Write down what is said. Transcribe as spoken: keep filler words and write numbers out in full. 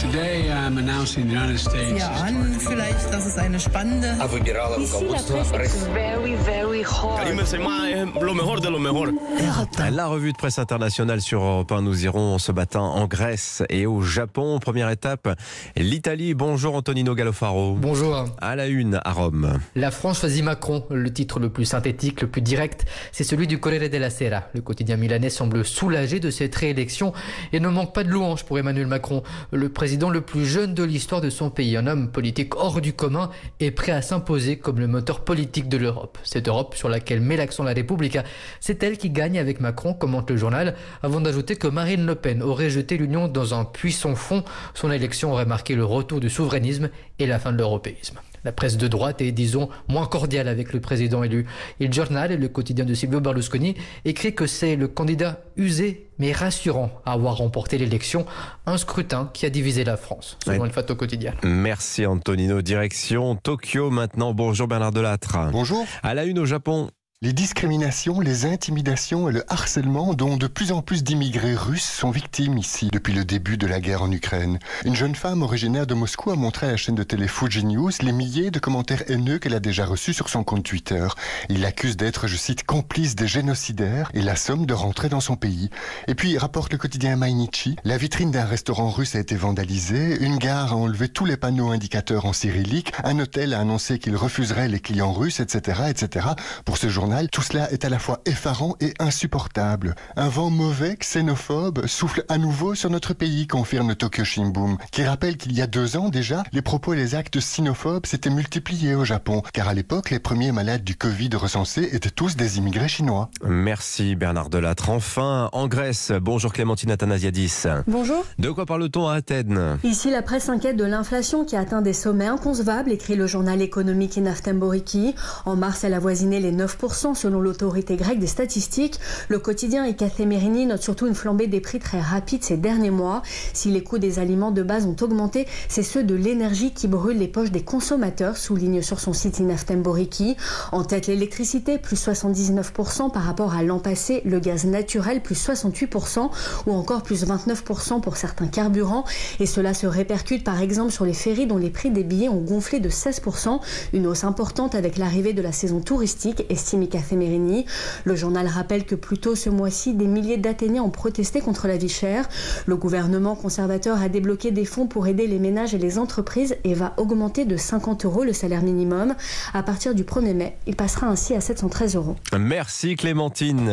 Today I'm announcing the United States. Ja, an, vielleicht, das ist eine spannende. Very, very hot. La revue de presse internationale sur Europe un, nous irons ce matin en Grèce et au Japon. Première étape, l'Italie. Bonjour Antonino Gallofaro. Bonjour. À la une à Rome. La France choisit Macron. Le titre le plus synthétique, le plus direct, c'est celui du Corriere della Sera. Le quotidien milanais semble soulagé de cette réélection et ne manque pas de louanges pour Emmanuel Macron, le président le plus jeune de l'histoire de son pays. Un homme politique hors du commun et prêt à s'imposer comme le moteur politique de l'Europe. Cette Europe sur laquelle met l'accent la Repubblica, c'est elle qui gagne avec Macron, commente le journal, avant d'ajouter que Marine Le Pen aurait jeté l'Union dans un puits sans fond. Son élection aurait marqué le retour du souverainisme et la fin de l'européisme. La presse de droite est, disons, moins cordiale avec le président élu. Il Giornale, le quotidien de Silvio Berlusconi, écrit que c'est le candidat usé mais rassurant à avoir remporté l'élection. Un scrutin qui a divisé la France, selon ouais. le Fatto Quotidien. Merci Antonino. Direction Tokyo maintenant. Bonjour Bernard Delattre. Bonjour. À la une au Japon. Les discriminations, les intimidations et le harcèlement dont de plus en plus d'immigrés russes sont victimes ici depuis le début de la guerre en Ukraine. Une jeune femme originaire de Moscou a montré à la chaîne de télé Fuji News les milliers de commentaires haineux qu'elle a déjà reçus sur son compte Twitter. Il l'accuse d'être, je cite, complice des génocidaires et la somme de rentrer dans son pays. Et puis, rapporte le quotidien Mainichi, la vitrine d'un restaurant russe a été vandalisée, une gare a enlevé tous les panneaux indicateurs en cyrillique, un hôtel a annoncé qu'il refuserait les clients russes, et cetera, et cetera. Pour ce journal, tout cela est à la fois effarant et insupportable. Un vent mauvais, xénophobe, souffle à nouveau sur notre pays, confirme Tokyo Shimbun, qui rappelle qu'il y a deux ans déjà, les propos et les actes xénophobes s'étaient multipliés au Japon, car à l'époque, les premiers malades du Covid recensés étaient tous des immigrés chinois. Merci Bernard Delattre. Enfin, en Grèce, bonjour Clémentine Athanasiadis. Bonjour. De quoi parle-t-on à Athènes? Ici, la presse s'inquiète de l'inflation qui atteint des sommets inconcevables, écrit le journal économique Inaftemboriki. En mars, elle a voisiné les neuf pour cent selon l'autorité grecque des statistiques. Le quotidien Ikathemerini note surtout une flambée des prix très rapide ces derniers mois. Si les coûts des aliments de base ont augmenté, c'est ceux de l'énergie qui brûle les poches des consommateurs, souligne sur son site Inaftemboriki. En tête, l'électricité, plus soixante-dix-neuf pour cent par rapport à l'an passé, le gaz naturel, plus soixante-huit pour cent, ou encore plus vingt-neuf pour cent pour certains carburants. Et cela se répercute par exemple sur les ferries dont les prix des billets ont gonflé de seize pour cent, une hausse importante avec l'arrivée de la saison touristique, estime Ikathemerini. Le journal rappelle que plus tôt ce mois-ci, des milliers d'Athéniens ont protesté contre la vie chère. Le gouvernement conservateur a débloqué des fonds pour aider les ménages et les entreprises et va augmenter de cinquante euros le salaire minimum. À partir du premier mai, il passera ainsi à sept cent treize euros. Merci Clémentine.